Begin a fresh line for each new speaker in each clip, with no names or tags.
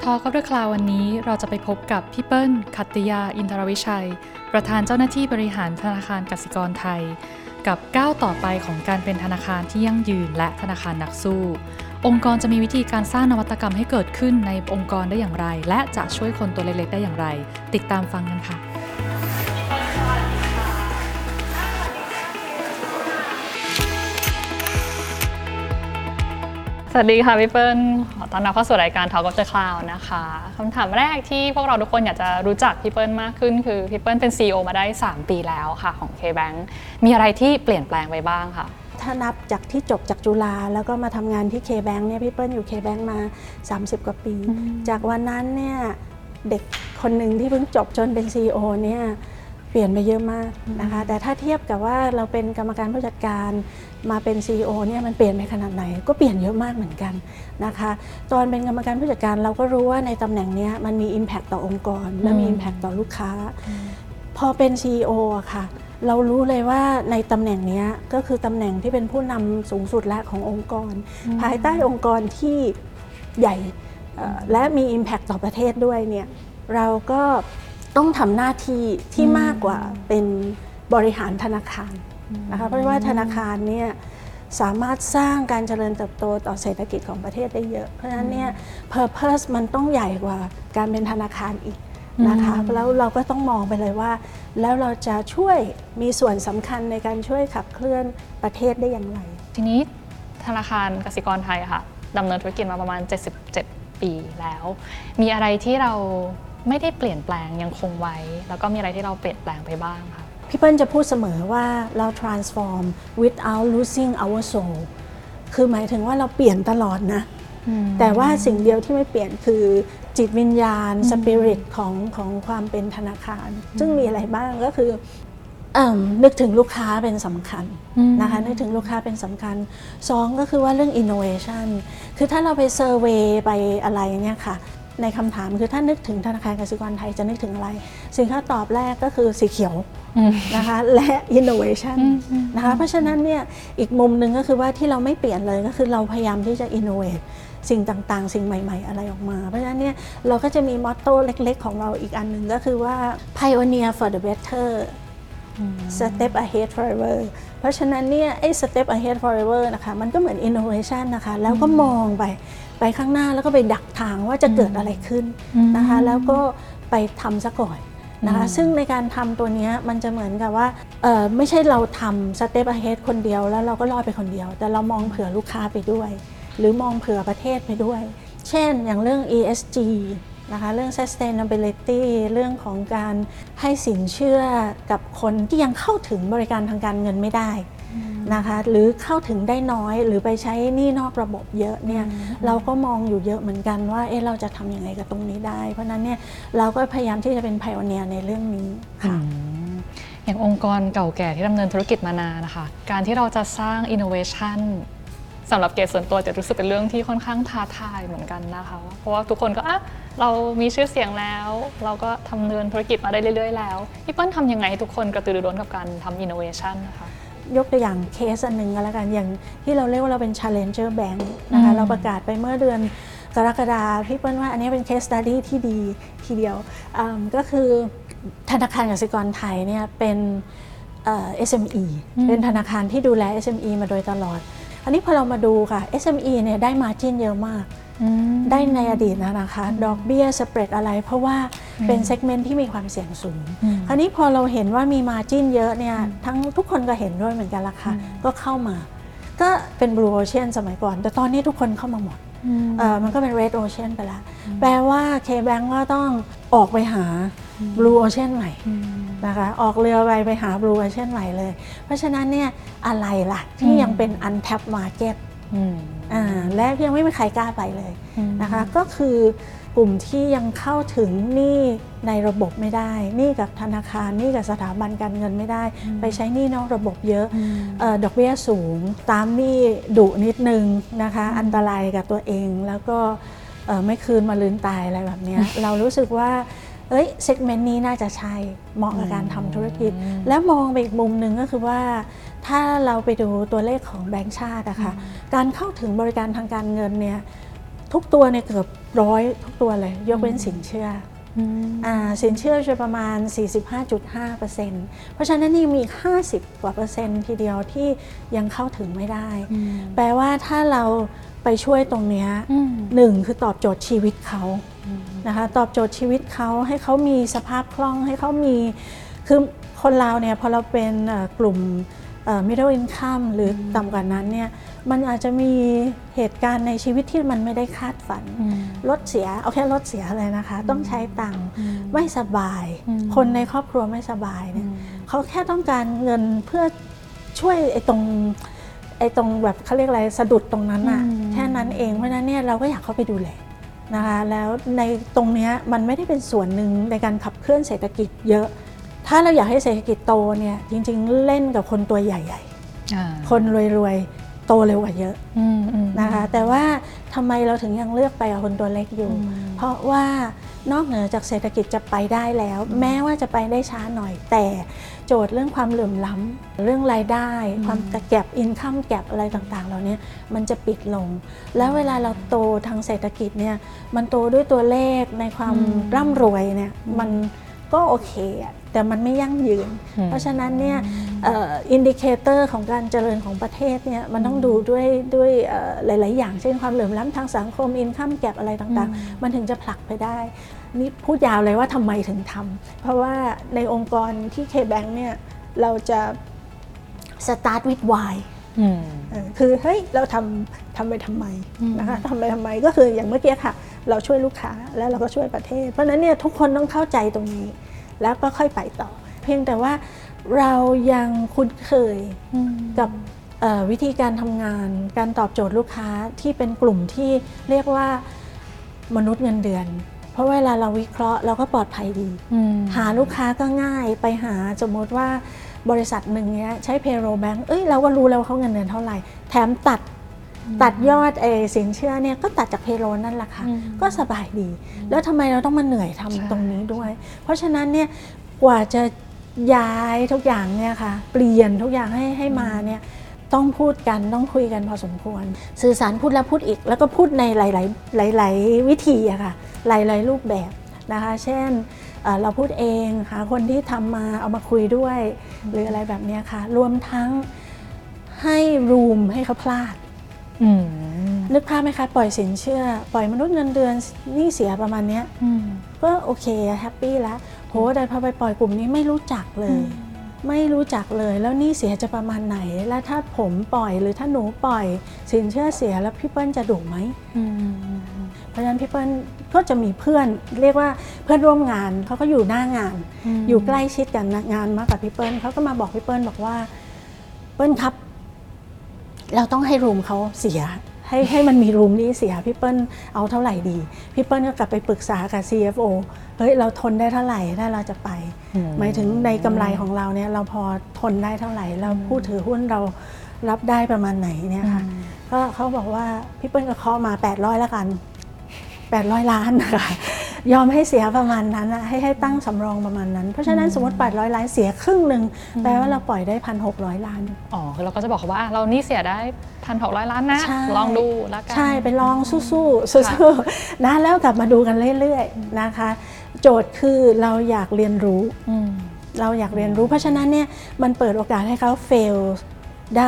Talk of the Cloud วันนี้เราจะไปพบกับพี่เปิ้ล ขัตติยา อินทรวิชัยประธานเจ้าหน้าที่บริหารธนาคารกสิกรไทยกับก้าวต่อไปของการเป็นธนาคารที่ยั่งยืนและธนาคารนักสู้องค์กรจะมีวิธีการสร้างนวัตกรรมให้เกิดขึ้นในองค์กรได้อย่างไรและจะช่วยคนตัวเล็กๆได้อย่างไรติดตามฟังกันค่ะสวัสดีค่ะพี่เปิ้ลขอต้อนรับเข้าสู่รายการ Talk of the Cloud นะคะคำถามแรกที่พวกเราทุกคนอยากจะรู้จักพี่เปิ้ลมากขึ้นคือพี่เปิ้ลเป็น CEO มาได้3 ปีแล้วค่ะของ KBank มีอะไรที่เปลี่ยนแปลงไปบ้างค่ะ
ถ้านับจากที่จบจากจุฬาแล้วก็มาทำงานที่ KBank เนี่ยพี่เปิ้ลอยู่ KBank มา30 กว่าปีจากวันนั้นเนี่ยเด็กคนหนึ่งที่เพิ่งจบจนเป็น CEO เนี่ยเปลี่ยนไปเยอะมากนะคะแต่ถ้าเทียบกับว่าเราเป็นกรรมการผู้จัดการมาเป็น CEO เนี่ยมันเปลี่ยนไปขนาดไหนก็เปลี่ยนเยอะมากเหมือนกันนะคะตอนเป็นกรรมการผู้จัดการเราก็รู้ว่าในตำแหน่งนี้มันมี Impact ต่อองค์กรและมี Impact ต่อลูกค้าพอเป็น CEO อะค่ะเรารู้เลยว่าในตำแหน่งนี้ก็คือตำแหน่งที่เป็นผู้นำสูงสุดและขององค์กรภายใต้องค์กรที่ใหญ่และมี Impact ต่อประเทศด้วยเนี่ยเราก็ต้องทำหน้าที่ที่มากกว่าเป็นบริหารธนาคารนะคะเพราะว่าธนาคารเนี่ยสามารถสร้างการเจริญเติบโตต่อเศรษฐกิจของประเทศได้เยอะเพราะฉะนั้นเนี่ย purpose มันต้องใหญ่กว่าการเป็นธนาคารอีกนะคะแล้วเราก็ต้องมองไปเลยว่าแล้วเราจะช่วยมีส่วนสำคัญในการช่วยขับเคลื่อนประเทศได้อย่างไร
ทีนี้ธนาคารกสิกรไทยค่ะดำเนินธุรกิจมาประมาณ77 ปีแล้วมีอะไรที่เราไม่ได้เปลี่ยนแปลงยังคงไว้แล้วก็มีอะไรที่เราเปลี่ยนแปลงไปบ้างคะ
พี่เปิ้ลจะพูดเสมอว่าเรา transform without losing our soul คือหมายถึงว่าเราเปลี่ยนตลอดนะแต่ว่าสิ่งเดียวที่ไม่เปลี่ยนคือจิตวิญญาณ spirit ของความเป็นธนาคารซึ่งมีอะไรบ้างก็คือนึกถึงลูกค้าเป็นสำคัญนะคะนึกถึงลูกค้าเป็นสำคัญ2ก็คือว่าเรื่อง innovation คือถ้าเราไปเซอร์เวย์ไปอะไรเนี่ยค่ะในคำถามคือถ้านึกถึงธนาคารกสิกรไทยจะนึกถึงอะไรสิ่งที่ตอบแรกก็คือสีเขียวนะคะและ innovation นะคะเพราะฉะนั้นเนี่ยอีกมุมหนึ่งก็คือว่าที่เราไม่เปลี่ยนเลยก็คือเราพยายามที่จะ innovate สิ่งต่างๆสิ่งใหม่ๆอะไรออกมาเพราะฉะนั้นเนี่ยเราก็จะมีมอตโต้เล็กๆของเราอีกอันหนึ่งก็คือว่า pioneer for the better step ahead forever เพราะฉะนั้นเนี่ยไอ้ step ahead forever นะคะมันก็เหมือน innovation นะคะแล้วก็มองไปข้างหน้าแล้วก็ไปดักทางว่าจะเกิดอะไรขึ้นนะคะแล้วก็ไปทำซะก่อนนะคะซึ่งในการทำตัวนี้มันจะเหมือนกับว่าไม่ใช่เราทำ step ahead คนเดียวแล้วเราก็รอดไปคนเดียวแต่เรามองเผื่อลูกค้าไปด้วยหรือมองเผื่อประเทศไปด้วยเช่นอย่างเรื่อง ESG นะคะเรื่อง sustainability เรื่องของการให้สินเชื่อกับคนที่ยังเข้าถึงบริการทางการเงินไม่ได้นะคะหรือเข้าถึงได้น้อยหรือไปใช้หนี้นอกระบบเยอะเนี่ยเราก็มองอยู่เยอะเหมือนกันว่าเราจะทำยังไงกับตรงนี้ได้เพราะนั้นเนี่ยเราก็พยายามที่จะเป็น pioneer ในเรื่องนี้ค่ะ
อย่างองค์กรเก่าแก่ที่ดำเนินธุรกิจมานานนะคะการที่เราจะสร้าง innovationสำหรับเกศส่วนตัวจะรู้สึกเป็นเรื่องที่ค่อนข้างท้าทายเหมือนกันนะคะเพราะว่าทุกคนก็เรามีชื่อเสียงแล้วเราก็ทำเนินธุรกิจมาได้เรื่อยๆแล้วพี่เปิ้ลทำยังไงให้ทุกคนกระตือรือร้นกับการทำ innovation นะคะ
ยกตัวอย่างเคสอันหนึ่งก็แล้วกันอย่างที่เราเรียกว่าเราเป็น Challenger Bank นะคะเราประกาศไปเมื่อเดือนกรกฎาคมพี่เปิ้ลว่าอันนี้เป็น case study ที่ดีทีเดียวก็คือธนาคารกสิกรไทยเนี่ยเป็น SME เป็นธนาคารที่ดูแล SME มาโดยตลอดอันนี้พอเรามาดูค่ะ SME เนี่ยได้ margin เยอะมากได้ในอดีตนะคะดอกเบี้ยสเปรดอะไรเพราะว่าเป็นเซกเมนต์ที่มีความเสี่ยงสูงคราวนี้พอเราเห็นว่ามีมาร์จิ้นเยอะเนี่ยทั้งทุกคนก็เห็นด้วยเหมือนกันละค่ะก็เข้ามาก็เป็น Blue Ocean สมัยก่อนแต่ตอนนี้ทุกคนเข้ามาหมดมันก็เป็น Red Ocean ไปแล้วแปลว่า KBank ก็ต้องออกไปหา Blue Ocean ใหม่นะคะออกเรือไปหา Blue Ocean ใหม่เลยเพราะฉะนั้นเนี่ยอะไรล่ะที่ยังเป็น untapped marketและยังไม่มีใครกล้าไปเลยนะคะก็คือกลุ่มที่ยังเข้าถึงหนี้ในระบบไม่ได้หนี้กับธนาคารหนี้กับสถาบันการเงินไม่ได้ไปใช้หนี้นอกระบบเยอะดอกเบี้ยสูงตามหนี้ดุนิดนึงนะคะอันตรายกับตัวเองแล้วก็ไม่คืนมาลืนตายอะไรแบบนี้เรารู้สึกว่าเซกเมนต์นี้น่าจะใช่เหมาะกับการทำธุรกิจแล้วมองไปอีกมุมหนึ่งก็คือว่าถ้าเราไปดูตัวเลขของแบงก์ชาติอะค่ะการเข้าถึงบริการทางการเงินเนี่ยทุกตัวเนี่ยเกือบ100ทุกตัวเลยยกเว้นสินเชื่อสินเชื่อจะประมาณ 45.5% เพราะฉะนั้นนี่มี50 กว่า%ทีเดียวที่ยังเข้าถึงไม่ได้แปลว่าถ้าเราไปช่วยตรงนี้หนึ่งคือตอบโจทย์ชีวิตเขานะคะตอบโจทย์ชีวิตเขาให้เขามีสภาพคล่องให้เขามีคือคนเราเนี่ยพอเราเป็นกลุ่มmiddle income หรือต่ำกว่านั้นเนี่ยมันอาจจะมีเหตุการณ์ในชีวิตที่มันไม่ได้คาดฝันรถเสียเอาแค่รถเสียเลยนะคะต้องใช้ตังค์ไม่สบายคนในครอบครัวไม่สบายเนี่ยเขาแค่ต้องการเงินเพื่อช่วยไอ้ตรงแบบเขาเรียกอะไรสะดุดตรงนั้นอะแค่นั้นเองเพราะฉะนั้นเนี่ยเราก็อยากเข้าไปดูแลนะคะแล้วในตรงนี้มันไม่ได้เป็นส่วนหนึ่งในการขับเคลื่อนเศรษฐกิจเยอะถ้าเราอยากให้เศรษฐกิจโตเนี่ยจริงๆเล่นกับคนตัวใหญ่ๆคนรวยๆโตเร็วกว่าเยอะนะคะแต่ว่าทำไมเราถึงยังเลือกไปกับคนตัวเล็กอยู่เพราะว่านอกเหนือจากเศรษฐกิจจะไปได้แล้วแม้ว่าจะไปได้ช้าหน่อยแต่โจทย์เรื่องความเหลื่อมล้ำเรื่องรายได้ความแก็บอินคัมแก็บอะไรต่างๆเหล่านี้มันจะปิดลงแล้วเวลาเราโตทางเศรษฐกิจเนี่ยมันโตด้วยตัวเลขในความร่ำรวยเนี่ยมันก็โอเคอะแต่มันไม่ยั่งยืนเพราะฉะนั้นเนี่ยอินดิเคเตอร์ของการเจริญของประเทศเนี่ยมันต้องดูด้วยหลายๆอย่างเช่นความเหลื่อมล้ำทางสังคมอินคัมแก็บอะไรต่างๆมันถึงจะผลักไปได้นี่พูดยาวเลยว่าทำไมถึงทำเพราะว่าในองค์กรที่ KBank เนี่ยเราจะ start with why คือเฮ้ยเราทำไปทำไมนะคะทำไปทำไมก็คืออย่างเมื่อกี้ค่ะเราช่วยลูกค้าแล้วเราก็ช่วยประเทศเพราะฉะนั้นเนี่ยทุกคนต้องเข้าใจตรงนี้แล้วก็ค่อยไปต่อเพียงแต่ว่าเรายังคุ้นเคยกับวิธีการทำงานการตอบโจทย์ลูกค้าที่เป็นกลุ่มที่เรียกว่ามนุษย์เงินเดือนเพราะเวลาเราวิเคราะห์เราก็ปลอดภัยดีหาลูกค้าก็ง่ายไปหาสมมติว่าบริษัทหนึ่งเนี้ยใช้ payroll bank เราก็รู้แล้วว่าเขาเงินเดือนเท่าไหร่แถมตัดยอดสินเชื่อเนี่ยก็ตัดจากเพโลนั่นแหละค่ะก็สบายดีแล้วทำไมเราต้องมาเหนื่อยทำตรงนี้ด้วยเพราะฉะนั้นเนี่ยกว่าจะย้ายทุกอย่างเนี่ยค่ะเปลี่ยนทุกอย่างให้มาเนี่ยต้องพูดกันต้องคุยกันพอสมควรสื่อสารพูดแล้วพูดอีกแล้วก็พูดในหลายวิธีอะค่ะหลายรูปแบบนะคะเช่นเราพูดเองหาคนที่ทำมาเอามาคุยด้วยหรืออะไรแบบนี้ค่ะรวมทั้งให้รูมให้เขาพลาดนึกภาพไหมคะปล่อยสินเชื่อปล่อยมนุษย์เงินเดือนหนี้เสียประมาณนี้ก็โอเคแฮปปี้แล้วโหแต่พอไปปล่อยกลุ่มนี้ไม่รู้จักเลยแล้วหนี้เสียจะประมาณไหนแล้วถ้าผมปล่อยหรือถ้าหนูปล่อยสินเชื่อเสียแล้วพี่เปิ้ลจะดุไหมเพราะฉะนั้นพี่เปิ้ลก็จะมีเพื่อนเรียกว่าเพื่อนร่วมงานเขาก็อยู่หน้างานอยู่ใกล้ชิดกันงานมากกับพี่เปิ้ลเขาก็มาบอกพี่เปิ้ลบอกว่าเปิ้ลครับเราต้องให้รูมเขาเสียให้มันมีรูมนี้เสียพี่เปิ้ลเอาเท่าไหร่ดีพี่เปิ้ลก็กลับไปปรึกษากับ CFO เฮ้ยเราทนได้เท่าไหร่ถ้าเราจะไปหมายถึงในกำไรของเราเนี่ยเราพอทนได้เท่าไหร่เราผู้ถือหุ้นเรารับได้ประมาณไหนเนี่ยค่ะก็เขาบอกว่าพี่เปิ้ลก็เคาะมา800แล้วกัน800 ล้านนะคะยอมให้เสียประมาณนั้นให้ตั้งสำรองประมาณนั้นเพราะฉะนั้นสมมติ800 ล้านเสียครึ่งหนึ่งแปลว่าเราปล่อยได้ 1,600 ล้าน
คือเราก็จะบอกเขาว่าเรานี่เสียได้ 1,600 ล้านนะลองดูแล้วกัน
ใช่ไปลองสู้ๆนะแล้วกลับมาดูกันเรื่อยๆนะคะโจทย์คือเราอยากเรียนรู้เพราะฉะนั้นเนี่ยมันเปิดโอกาสให้เขา fail ได้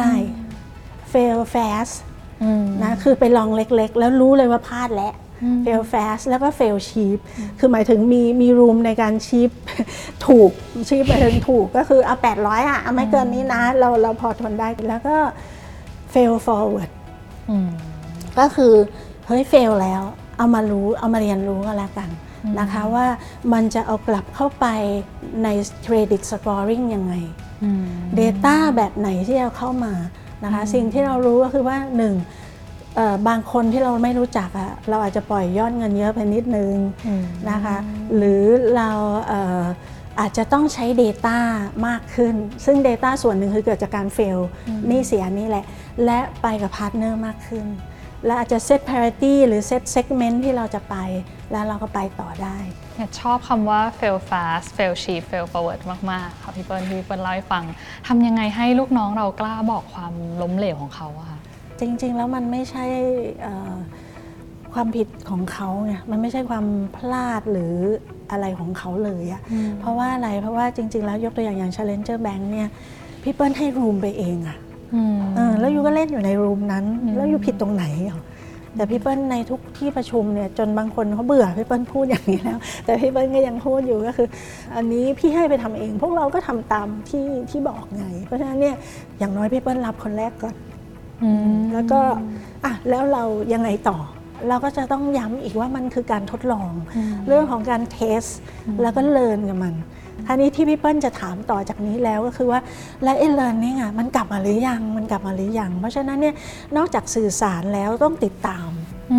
fail fast นะคือไปลองเล็กๆแล้วรู้เลยว่าพลาดแล้วfail fast แล้วก็ fail cheap คือหมายถึงมี room ในการ cheap ถูก cheap หมายถึงถูกก็คือเอา800เอาไม่เกินนี้นะเราพอทนได้แล้วก็ fail forward ก็คือเฮ้ย fail แล้วเอามาเรียนรู้กันแล้วกันนะคะว่ามันจะเอากลับเข้าไปใน credit scoring ยังไง data แบบไหนที่เอาเข้ามานะคะสิ่งที่เรารู้ก็คือว่าบางคนที่เราไม่รู้จักเราอาจจะปล่อยยอดเงินเยอะไปนิดนึงนะคะหรือเราอาจจะต้องใช้ Data มากขึ้นซึ่ง Data ส่วนหนึ่งคือเกิดจากการ fail นี่เสียนี่แหละและไปกับพาร์ทเนอร์มากขึ้นและอาจจะ set priority หรือ set segment ที่เราจะไปแล้วเราก็ไปต่อได้
ชอบคำว่า fail fast fail cheap fail forward มากๆค่ะพี่เปิ้ลเล่าให้ฟังทำยังไงให้ลูกน้องเรากล้าบอกความล้มเหลวของเขาอะคะ
จริงๆแล้วมันไม่ใช่ความผิดของเขาไงมันไม่ใช่ความพลาดหรืออะไรของเขาเลยอะเพราะว่าอะไรเพราะว่าจริงๆแล้วยกตัวอย่าง Challenger Bank เนี่ยพี่เปิ้ลให้รูมไปเองอะแล้วยูก็เล่นอยู่ในรูมนั้นแล้วยูผิดตรงไหนแต่พี่เปิ้ลในทุกที่ประชุมเนี่ยจนบางคนเขาเบื่อพี่เปิ้ลพูดอย่างนี้แล้วแต่พี่เปิ้ลก็ยังพูดอยู่ก็คืออันนี้พี่ให้ไปทำเองพวกเราก็ทำตามที่บอกไงเพราะฉะนั้นเนี่ยอย่างน้อยพี่เปิ้ลรับคนแรกก่อนแล้วก็แล้วเรายังไงต่อเราก็จะต้องย้ำอีกว่ามันคือการทดลองเรื่องของการเทสแล้วก็เรียนกับมันทีนี้ที่พี่เปิ้ลจะถามต่อจากนี้แล้วก็คือว่าและเรียนนี่ไงมันกลับมาหรือยังเพราะฉะนั้นเนี่ยนอกจากสื่อสารแล้วต้องติดตาม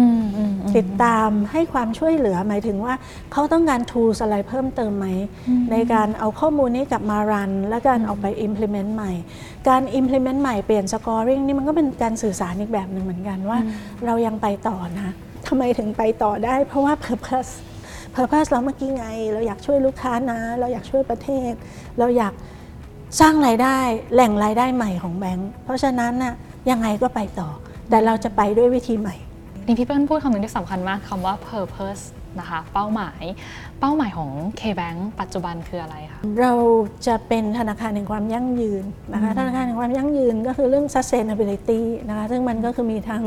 ให้ความช่วยเหลือหมายถึงว่าเขาต้องการ tools อะไรเพิ่มเติมไหมในการเอาข้อมูลนี้กลับมารันและการเอาไป implement ใหม่การ implement ใหม่เปลี่ยน scoring นี่มันก็เป็นการสื่อสารอีกแบบหนึ่งเหมือนกันว่าเรายังไปต่อนะทำไมถึงไปต่อได้เพราะว่า purpose เราเมื่อกี้ไงเราอยากช่วยลูกค้านะเราอยากช่วยประเทศเราอยากสร้างรายได้แหล่งรายได้ใหม่ของแบงก์เพราะฉะนั้นน่ะยังไงก็ไปต่อแต่เราจะไปด้วยวิธีใหม่
นี่พี่เปิ้ลพูดคำหนึ่งที่สำคัญมากคำว่า purpose นะคะเป้าหมายของ KBank ปัจจุบันคืออะไรคะ
เราจะเป็นธนาคารแห่งความยั่งยืนนะคะธนาคารแห่งความยั่งยืนก็คือเรื่อง sustainability นะคะซึ่งมันก็คือมีทั้ง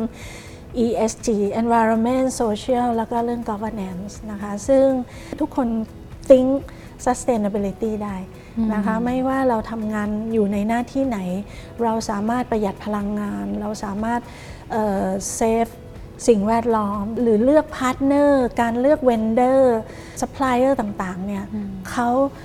ESG environment social แล้วก็เรื่อง governance นะคะซึ่งทุกคน think sustainability ได้นะคะไม่ว่าเราทำงานอยู่ในหน้าที่ไหนเราสามารถประหยัดพลังงานเราสามารถsave สิ่งแวดล้อมหรือเลือกพาร์ทเนอร์การเลือกเวนเดอร์ซัพพลายเออร์ต่างๆเนี่ยเขา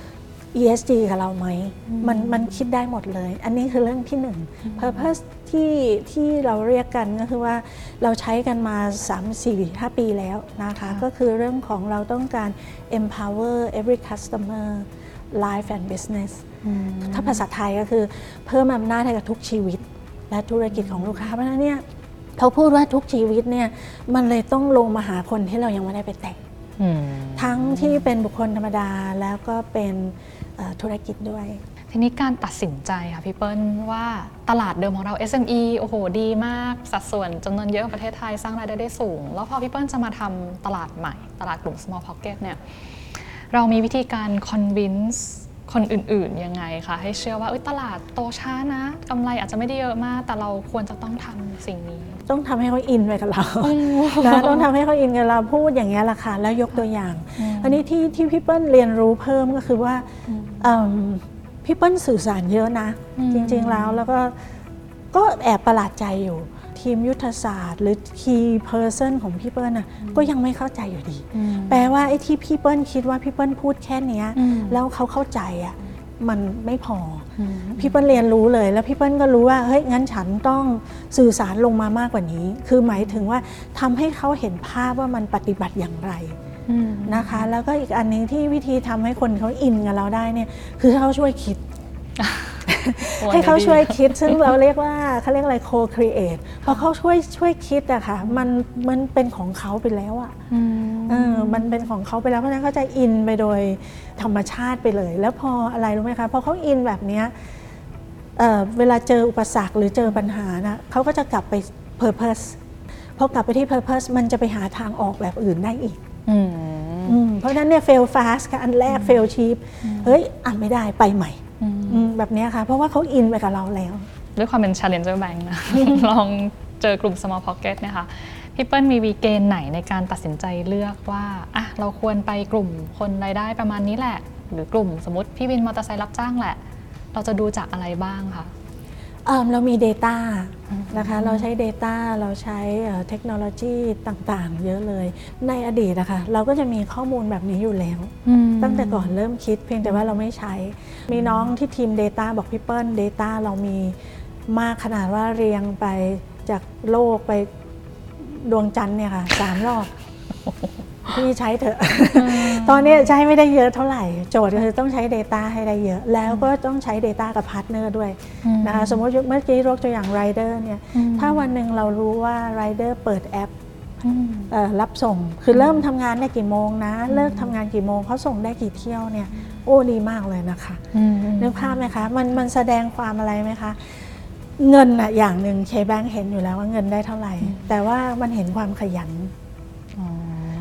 ESG กับเราไหมมันคิดได้หมดเลยอันนี้คือเรื่องที่หนึ่ง Purpose ที่เราเรียกกันก็คือว่าเราใช้กันมา 3-4-5 ปีแล้วนะคะก็คือเรื่องของเราต้องการ empower every customer life and business ถ้าภาษาไทยก็คือเพิ่มอำนาจให้กับทุกชีวิตและธุรกิจของลูกค้าเพราะฉะนั้นเนี่ยเขาพูดว่าทุกชีวิตเนี่ยมันเลยต้องลงมาหาคนที่เรายังไม่ได้ไปแตะทั้งที่เป็นบุคคลธรรมดาแล้วก็เป็นธุรกิจด้วย
ทีนี้การตัดสินใจค่ะพี่เปิ้ลว่าตลาดเดิมของเรา SME โอ้โหดีมากสัดส่วนจำนวนเยอะประเทศไทยสร้างรายได้ได้สูงแล้วพอพี่เปิ้ลจะมาทำตลาดใหม่ตลาดกลุ่ม small pocket เนี่ยเรามีวิธีการ convince คนอื่นๆยังไงคะให้เชื่อว่าตลาดโตช้านะกำไรอาจจะไม่ได้เยอะมากแต่เราควรจะต้องทำสิ่งนี้
ต้องทำให้เขาอินไปกับเรานะต้องทำให้เขาอินกับเราพูดอย่างนี้แหละค่ะแล้วยกตัวอย่างอันนี้ที่พี่เปิ้ลเรียนรู้เพิ่มก็คือว่าพี่เปิ้ลสื่อสารเยอะนะจริงๆแล้วก็แอบประหลาดใจอยู่ทีมยุทธศาสตร์หรือ key person ของพี่เปิ้ลน่ะก็ยังไม่เข้าใจอยู่ดีแปลว่าไอ้ที่พี่เปิ้ลคิดว่าพี่เปิ้ลพูดแค่นี้แล้วเขาเข้าใจอ่ะมันไม่พอพี่เปิ้ลเรียนรู้เลยแล้วพี่เปิ้ลก็รู้ว่าเฮ้ยงั้นฉันต้องสื่อสารลงมามากกว่านี้คือหมายถึงว่าทำให้เขาเห็นภาพว่ามันปฏิบัติอย่างไรนะคะแล้วก็อีกอันนึงที่วิธีทำให้คนเขาอินกับเราได้เนี่ยคือเขาช่วยคิด ให้เขาช่วยคิดซึ่งเราเรียกว่าเขาเรียกอะไร co-create พอเขาช่วยคิดอะค่ะมันเป็นของเขาไปแล้วอะมันเป็นของเขาไปแล้วเพราะฉะนั้นเขาจะอินไปโดยธรรมชาติไปเลยแล้วพออะไรรู้ไหมคะพอเขาอินแบบนี้เวลาเจออุปสรรคหรือเจอปัญหานะเขาก็จะกลับไป purpose พอกลับไปที่ purpose มันจะไปหาทางออกแบบอื่นได้อีกเพราะฉะนั้นเนี่ย fail fast ค่ะอันแรก fail cheap เฮ้ยไม่ได้ไปใหม่แบบนี้ค่ะเพราะว่าเขาอินไปกับเราแล้ว
ด้วยความเป็น Challenger Bank นะ ลองเจอกลุ่ม Small Pocket นะคะพี่เปิ้ลมีวีเกณฑ์ไหนในการตัดสินใจเลือกว่าเราควรไปกลุ่มคนรายได้ประมาณนี้แหละหรือกลุ่มสมมติพี่วินมอเตอร์ไซค์รับจ้างแหละเราจะดูจากอะไรบ้างคะ
เรามี Data นะคะเราใช้ Data เราใช้เทคโนโลยีต่างๆเยอะเลยในอดีตนะคะเราก็จะมีข้อมูลแบบนี้อยู่แล้วตั้งแต่ก่อนเริ่มคิดเพียงแต่ว่าเราไม่ใช้มีน้องที่ทีม Data บอกพี่เปิ้ล Data เรามีมากขนาดว่าเรียงไปจากโลกไปดวงจันทร์เนี่ยค่ะ3 รอบพี่ใช้เถอะ ตอนนี้ใช้ไม่ได้เยอะเท่าไหร่โจทย์ก็คือต้องใช้ Data ให้ได้เยอะแล้วก็ต้องใช้ Data กับพาร์ทเนอร์ด้วยนะคะสมมติเมื่อกี้ยกตัวอย่าง Rider เนี่ยถ้าวันหนึ่งเรารู้ว่า Rider เปิดแอปรับส่งคือเริ่มทำงานได้กี่โมงนะเลิกทำงานกี่โมงเขาส่งได้กี่เที่ยวเนี่ยโอ้ดีมากเลยนะคะนึกภาพไหมคะมันแสดงความอะไรไหมคะเงินอะอย่างหนึ่งเคแบงค์เห็นอยู่แล้วว่าเงินได้เท่าไหร่แต่ว่ามันเห็นความขยัน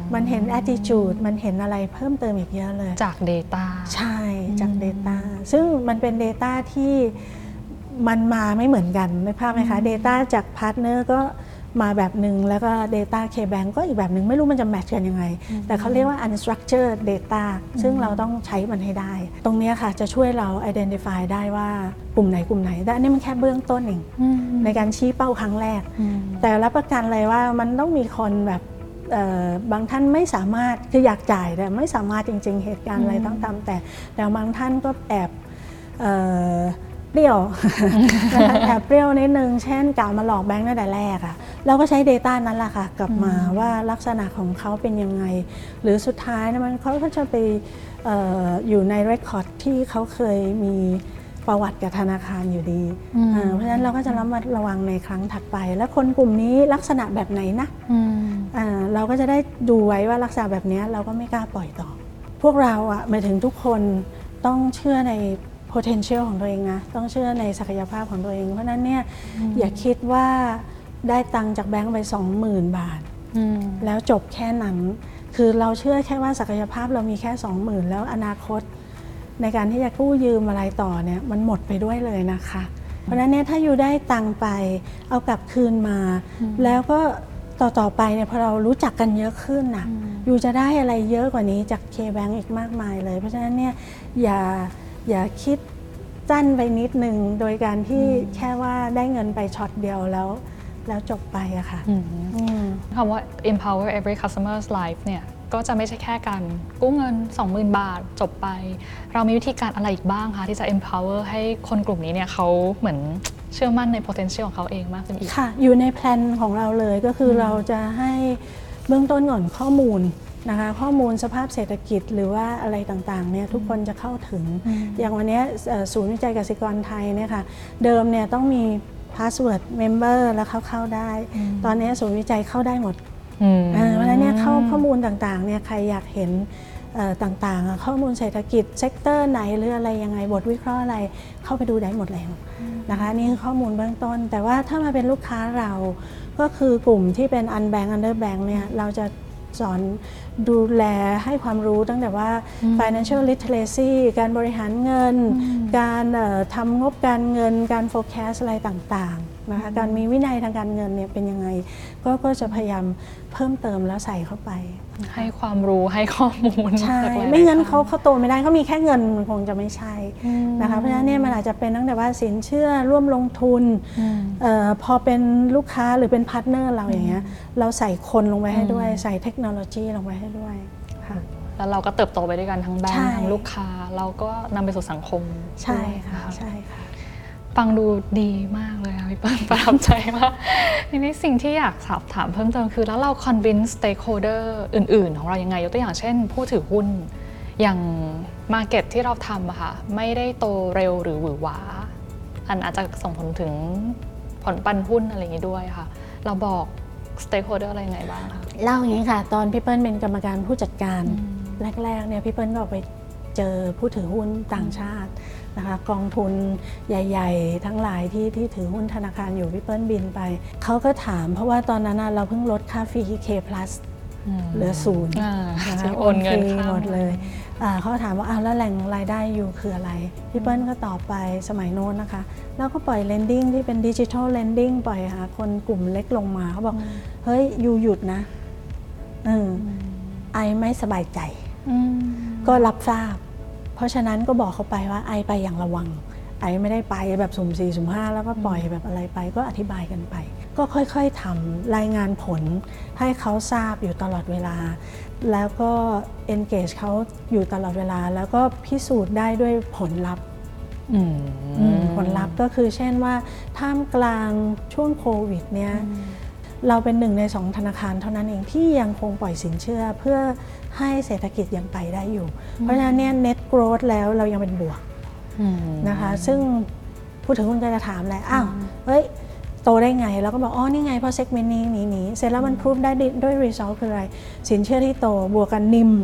มันเห็น attitude มันเห็นอะไรเพิ่มเติมอีกเยอะเลย
จาก Data
ใช่จาก Data ซึ่งมันเป็น Data ที่มันมาไม่เหมือนกันนึกภาพไหมคะ Data จากพาร์ทเนอร์ก็มาแบบหนึ่งแล้วก็ Data KBank ก็อีกแบบหนึ่งไม่รู้มันจะแมทช์กันยังไงแต่เขาเรียกว่า unstructured data ซึ่งเราต้องใช้มันให้ได้ตรงนี้ค่ะจะช่วยเรา identify ได้ว่ากลุ่มไหนแต่อันนี้มันแค่เบื้องต้นเองในการชี้เป้าครั้งแรกแต่รับประกันเลยว่ามันต้องมีคนแบบบางท่านไม่สามารถคืออยากจ่ายแต่ไม่สามารถจริงๆเหตุการณ์อะไรต้องตามแต่บางท่านก็แอบเปรี้ยว แอบเปรี้ยวนิดนึงเช่นกล่าวมาหลอกแบงค์ตั้งแต่แรกอะเราก็ใช้ Data นั้นแหละค่ะกลับมาว่าลักษณะของเขาเป็นยังไงหรือสุดท้ายนะมันเขาก็จะไปอยู่ในเรคคอร์ดที่เขาเคยมีประวัติกับธนาคารอยู่ดีเพราะฉะนั้นเราก็จะระวังในครั้งถัดไปแล้วคนกลุ่มนี้ลักษณะแบบไหนนะเราก็จะได้ดูไว้ว่าลักษณะแบบนี้เราก็ไม่กล้าปล่อยต่อพวกเราอะหมายถึงทุกคนต้องเชื่อในpotential ของตัวเองนะต้องเชื่อในศักยภาพของตัวเองเพราะนั้นเนี่ยอย่าคิดว่าได้ตังค์จากแบงค์ไป 20,000 บาทแล้วจบแค่นั้นคือเราเชื่อแค่ว่าศักยภาพเรามีแค่ 20,000 แล้วอนาคตในการที่จะกู้ยืมอะไรต่อเนี่ยมันหมดไปด้วยเลยนะคะเพราะนั้นเนี่ยถ้าอยู่ได้ตังค์ไปเอากลับคืนมาแล้วก็ต่อไปเนี่ยพอเรารู้จักกันเยอะขึ้นนะอยู่จะได้อะไรเยอะกว่านี้จาก KBank อีกมากมายเลยเพราะฉะนั้นเนี่ยอย่าคิดสั้นไปนิดนึงโดยการที่แค่ว่าได้เงินไปช็อตเดียวแล้วจบไปอะค่ะ
คำว่า empower every customer's life เนี่ยก็จะไม่ใช่แค่การกู้เงิน 20,000 บาทจบไปเรามีวิธีการอะไรอีกบ้างคะที่จะ empower ให้คนกลุ่มนี้เนี่ยเขาเหมือนเชื่อมั่นใน potential ของเขาเองมากขึ้นอีก
ค่ะอยู่ในแพลนของเราเลยก็คือเราจะให้เบื้องต้นก่อนข้อมูลนะคะข้อมูลสภาพเศรษฐกิจหรือว่าอะไรต่างๆเนี่ยทุกคนจะเข้าถึงอย่างวันนี้ศูนย์วิจัยกสิกรไทยเนี่ยค่ะเดิมเนี่ยต้องมีพาสเวิร์ดเมมเบอร์แล้วเข้าได้ตอนนี้ศูนย์วิจัยเข้าได้หมดเพราะฉะนั้นเนี่ยข้อมูลต่างๆเนี่ยใครอยากเห็นต่างๆข้อมูลเศรษฐกิจเซกเตอร์ไหนหรืออะไรยังไงบทวิเคราะห์อะไรเข้าไปดูได้หมดแล้วนะคะนี่คือข้อมูลเบื้องต้นแต่ว่าถ้ามาเป็นลูกค้าเราก็คือกลุ่มที่เป็น unbank underbank เนี่ยเราจะสอนดูแลให้ความรู้ตั้งแต่ว่า financial literacy การบริหารเงินการทำงบการเงินการ forecast อะไรต่างๆนะคะการมีวินัยทางการเงินเนี่ยเป็นยังไงก็จะพยายามเพิ่มเติมแล้วใส่เข้าไป
ให้ความรู้ให้ข้อมูล
ใช่ไม่งั้นเขาโตไม่ได้เขามีแค่เงินมันคงจะไม่ใช่นะคะเพราะฉะนั้นเนี่ยมันอาจจะเป็นตั้งแต่ว่าสินเชื่อร่วมลงทุนพอเป็นลูกค้าหรือเป็นพาร์ทเนอร์เราอย่างเงี้ยเราใส่คนลงไปให้ด้วยใส่เทคโนโลยีลงไปให้ด้วยค่ะ
แล้วเราก็เติบโตไปด้วยกันทั้งแบงค์ทั้งลูกค้าเราก็นำไปสู่สังคม
ใช่ค่ะใช่ค่ะ
ฟังดูดีมากเลยค่ะพี่เปิ้ลประทับใจมากทีนี้สิ่งที่อยากสอบถามเพิ่มเติมคือแล้วเรา convince stakeholder อื่นๆของเรายังไงยกตัวอย่างเช่นผู้ถือหุ้นอย่าง market ที่เราทำอะค่ะไม่ได้โตเร็วหรือหวือหวาอาจจะส่งผลถึงผลปันหุ้นอะไรอย่างนี้ด้วยค่ะเราบอก stakeholder อะไรยังไงบ้างคะ
เล่าอย่างนี้ค่ะตอนพี่เปิ้ลเป็นกรรมการผู้จัดการแรกๆเนี่ยพี่เปิ้ลก็ไปเจอผู้ถือหุ้นต่างชาตินะคะกองทุนใหญ่ๆทั้งหลายที่ถือหุ้นธนาคารอยู่พี่เปิ้ลบินไปเขาก็ถามเพราะว่าตอนนั้นเราเพิ่งลดค่าฟรี K+ เหลือ0นะคะ
โอนเงิน
หมดเลยเขาถามว่าแล้วแหล่งรายได้อยู่คืออะไรพี่เปิ้ลก็ตอบไปสมัยโน้นนะคะแล้วก็ปล่อย lending ที่เป็น digital lending ปล่อยหาคนกลุ่มเล็กลงมาเขาบอกเฮ้ยอยู่หยุดนะไอไม่สบายใจก็รับทราบเพราะฉะนั้นก็บอกเขาไปว่าไอไปอย่างระวังไอไม่ได้ไปแบบสุ่ม4สุ่ม5แล้วก็ปล่อยแบบอะไรไปก็อธิบายกันไปก็ค่อยๆทำรายงานผลให้เขาทราบอยู่ตลอดเวลาแล้วก็ engage เขาอยู่ตลอดเวลาแล้วก็พิสูจน์ได้ด้วยผลลัพธ์ผลลัพธ์ก็คือเช่นว่าท่ามกลางช่วงโควิดเนี่ยเราเป็น1 ใน 2ธนาคารเท่านั้นเองที่ยังคงปล่อยสินเชื่อเพื่อให้เศรษฐกิจยังไปได้อยู่เพราะฉะนั้นเนี่ย net growth แล้วเรายังเป็นบวกนะคะซึ่งผู้ถือหุ้นก็จะถามแหละเฮ้ยโตได้ไงแล้วก็บอกนี่ไงเพราะ segment นี้เสร็จแล้วมัน prove ได้ด้วย result คืออะไรสินเชื่อที่โตบวกกัน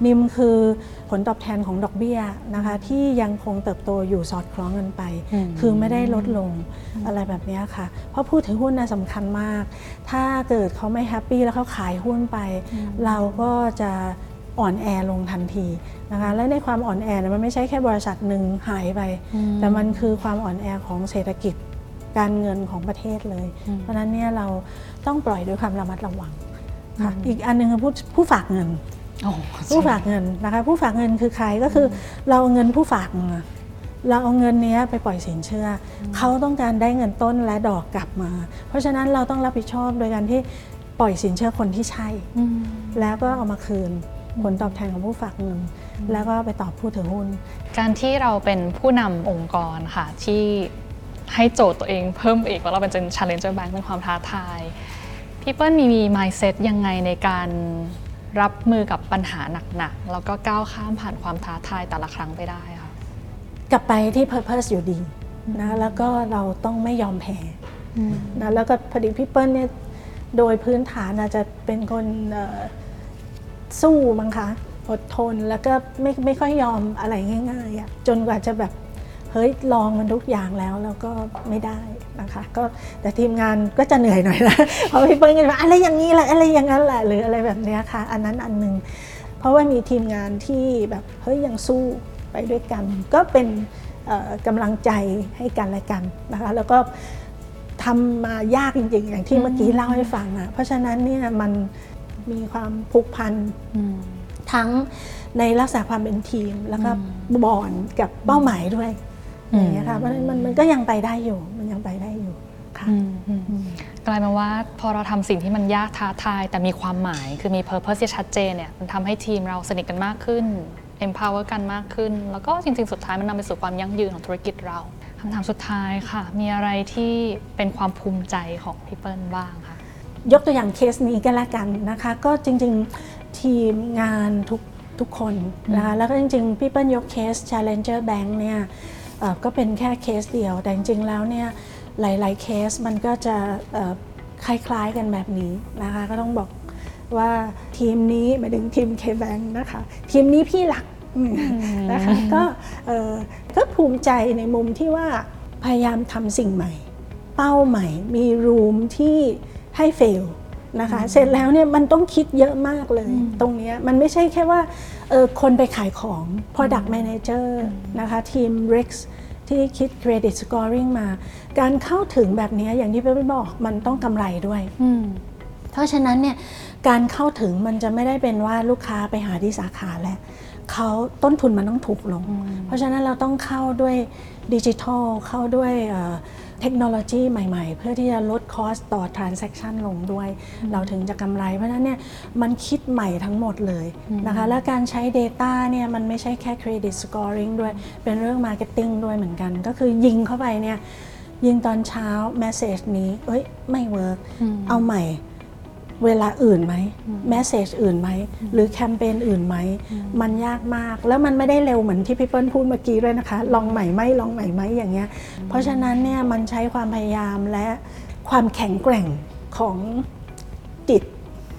นิมคือผลตอบแทนของดอกเบี้ยนะคะที่ยังคงเติบโตอยู่สอดคล้องกันไปคือไม่ได้ลดลงอะไรแบบนี้ค่ะเพราะผู้ถือหุ้นน่ะสำคัญมากถ้าเกิดเขาไม่แฮปปี้แล้วเขาขายหุ้นไปเราก็จะอ่อนแอลงทันทีนะคะและในความอ่อนแอมันไม่ใช่แค่บริษัทหนึ่งหายไปแต่มันคือความอ่อนแอของเศรษฐกิจการเงินของประเทศเลยเพราะฉะนั้นเนี่ยเราต้องปล่อยด้วยความระมัดระวังค่ะอีกอันนึงคือผู้ฝากเงินผู้ฝากเงินนะคะผู้ฝากเงินคือใครก็คือเราเอาเงินผู้ฝากมาเราเอาเงินนี้ไปปล่อยสินเชื่อเขาต้องการได้เงินต้นและดอกกลับมาเพราะฉะนั้นเราต้องรับผิดชอบโดยการที่ปล่อยสินเชื่อคนที่ใช่แล้วก็เอามาคืนผลตอบแทนของผู้ฝากเงินแล้วก็ไปตอบผู้ถือหุ้น
การที่เราเป็นผู้นำองค์กรค่ะที่ให้โจทย์ตัวเองเพิ่มอีกว่าเราเป็น Challenger Bank เป็นความท้าทายพี่เปิ้ลมี mindset ยังไงในการรับมือกับปัญหาหนักๆแล้วก็ก้าวข้ามผ่านความท้าทายแต่ละครั้งไปได้ค่ะ
กลับไปที่ purpose อยู่ดีนะแล้วก็เราต้องไม่ยอมแพ้นะแล้วก็พอดีพี่เปิ้ลเนี่ยโดยพื้นฐานอาจจะเป็นคนสู้มั้งคะอดทนแล้วก็ไม่ค่อยยอมอะไรง่ายๆจนกว่าจะแบบเฮ้ยลองมันทุกอย่างแล้วก็ไม่ได้นะคะก็แต่ทีมงานก็จะเหนื่อยหน่อยนะเพราะพี่เปิ้ลก็ว่าอะไรอย่างนี้แหละอะไรอย่างนั้นแหละหรืออะไรแบบนี้ค่ะอันนั้นอันนึงเพราะว่ามีทีมงานที่แบบเฮ้ยยังสู้ไปด้วยกันก็เป็นกำลังใจให้กันและกันนะคะแล้วก็ทำมายากจริงๆอย่างที่เมื่อกี้เล่าให้ฟังนะเพราะฉะนั้นเนี่ยมันมีความผูกพันทั้งในลักษณะความเป็นทีมแล้วก็บอนกับเป้าหมายด้วยอย่างเงี้ยค่ะมันก็ยังไปได้อยู่มันยังไปได้อยู่ค่ะ
กลายมาว่าพอเราทำสิ่งที่มันยากท้าทายแต่มีความหมายคือมี purpose ที่ชัดเจนเนี่ยมันทำให้ทีมเราสนิทกันมากขึ้น empower กันมากขึ้นแล้วก็จริงๆสุดท้ายมันนำไปสู่ความยั่งยืนของธุรกิจเราคำถามสุดท้ายค่ะมีอะไรที่เป็นความภูมิใจของพี่เปิ้ลบ้างคะ
ยกตัวอย่างเคสนี้ก็แล้วกันนะคะก็จริงๆทีมงานทุกคนนะคะแล้วก็จริงๆพี่เปิ้ลยกเคส Challenger Bank เนี่ยก็เป็นแค่เคสเดียวแต่จริงๆแล้วเนี่ยหลายๆเคสมันก็จะคล้ายๆกันแบบนี้นะคะก็ต้องบอกว่าทีมนี้หมายถึงทีม K-Bank นะคะทีมนี้พี่หลักนะคะก็ภูมิใจในมุมที่ว่าพยายามทำสิ่งใหม่เป้าใหม่มีรูมที่ให้เฟลนะคะเสร็จแล้วเนี่ยมันต้องคิดเยอะมากเลยตรงนี้มันไม่ใช่แค่ว่าคนไปขายของ Product Manager นะคะทีม Rex ที่คิด Credit Scoring มาการเข้าถึงแบบนี้อย่างที่พี่บอกมันต้องกำไรด้วยเพราะฉะนั้นเนี่ยการเข้าถึงมันจะไม่ได้เป็นว่าลูกค้าไปหาที่สาขาแล้วเขาต้นทุนมันต้องถูกลงเพราะฉะนั้นเราต้องเข้าด้วยดิจิทัลเข้าด้วยเทคโนโลยีใหม่ๆเพื่อที่จะลดคอสต่อ transaction ลงด้วยเราถึงจะกำไรเพราะฉะนั้นเนี่ยมันคิดใหม่ทั้งหมดเลยนะคะและการใช้ Data เนี่ยมันไม่ใช่แค่ Credit Scoring ด้วยเป็นเรื่อง Marketing ด้วยเหมือนกันก็คือยิงเข้าไปเนี่ยยิงตอนเช้า Message นี้ไม่เวิร์กเอาใหม่เวลาอื่นไหมแมสเซจอื่นไหมหรือแคมเปญอื่นไหมมันยากมากแล้วมันไม่ได้เร็วเหมือนที่พี่เปิ้ลพูดเมื่อกี้ด้วยนะคะลองใหม่ไหมลองใหม่ไหมอย่างเงี้ยเพราะฉะนั้นเนี่ยมันใช้ความพยายามและความแข็งแกร่งของจิต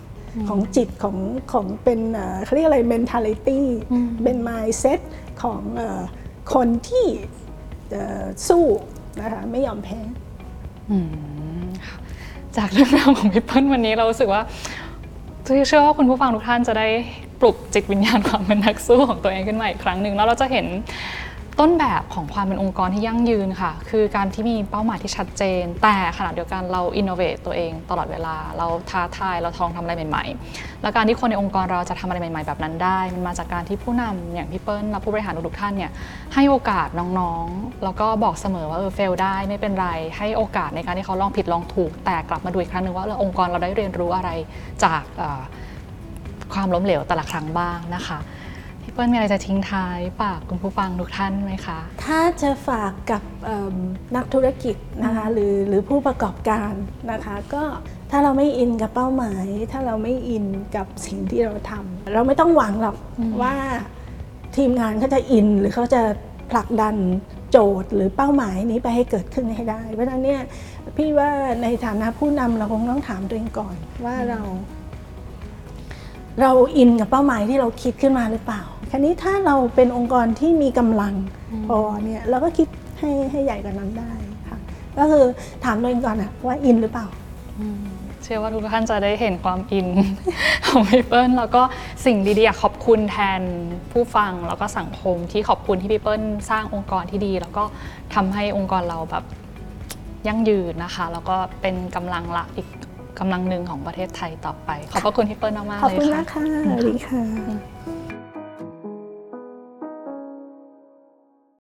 ของเป็นเขาเรียกอะไร mentality เป็น mindset ของคนที่สู้นะคะไม่ยอมแพ้
จากเรื่องราวของพี่เปิ้ลวันนี้เรารู้สึกว่าเชื่อว่าคุณผู้ฟังทุกท่านจะได้ปลุกจิตวิญญาณความเป็นนักสู้ของตัวเองขึ้นมาอีกครั้งหนึ่งแล้วเราจะเห็นต้นแบบของความเป็นองค์กรที่ยั่งยืนค่ะคือการที่มีเป้าหมายที่ชัดเจนแต่ขณะเดียวกันเราอินโนเวทตัวเองตลอดเวลาเราท้าทายเราทำอะไรใหม่ๆและการที่คนในองค์กรเราจะทำอะไรใหม่ๆแบบนั้นได้มันมาจากการที่ผู้นำอย่างพี่เปิ้ลและผู้บริหารทุกท่านเนี่ยให้โอกาสน้องๆแล้วก็บอกเสมอว่าเฟลได้ไม่เป็นไรให้โอกาสในการที่เขาลองผิดลองถูกแต่กลับมาดูอีกครั้งนึงว่าองค์กรเราได้เรียนรู้อะไรจากความล้มเหลวแต่ละครั้งบ้างนะคะพี่เปิ้ลมีอะไรจะทิ้งท้ายฝากคุณผู้ฟังทุกท่านไหมคะ
ถ้าจะฝากกับนักธุรกิจนะคะหรือผู้ประกอบการนะคะก็ถ้าเราไม่อินกับเป้าหมายถ้าเราไม่อินกับสิ่งที่เราทำเราไม่ต้องหวังหรอกว่าทีมงานเขาจะอินหรือเขาจะผลักดันโจทย์หรือเป้าหมายนี้ไปให้เกิดขึ้นให้ได้เพราะฉะนั้นเนี่ยพี่ว่าในฐานะผู้นำเราคงต้องถามตัวเองก่อนว่าเราเราอินกับเป้าหมายที่เราคิดขึ้นมาหรือเปล่าคราวนี้ถ้าเราเป็นองค์กรที่มีกำลังพอเนี่ยเราก็คิดให้ใหญ่กว่านั้นได้ค่ะก็คือถามตัวเองก่อนว่าอินหรือเปล่า
เชื่อว่าทุกท่านจะได้เห็นความอิน ของพี่เปิ้ลแล้วก็สิ่งดีๆขอบคุณแทนผู้ฟังแล้วก็สังคมที่ขอบคุณที่พี่เปิ้ลสร้างองค์กรที่ดีแล้วก็ทำให้องค์กรเราแบบยั่งยืนนะคะแล้วก็เป็นกำลังหลักอีกกำลังหนึ่งของประเทศไทยต่อไปขอบพระคุณพี่เปิ้ลมากๆเลยค่ะ
ขอบคุณมากค่ะสวัสดีค่ะ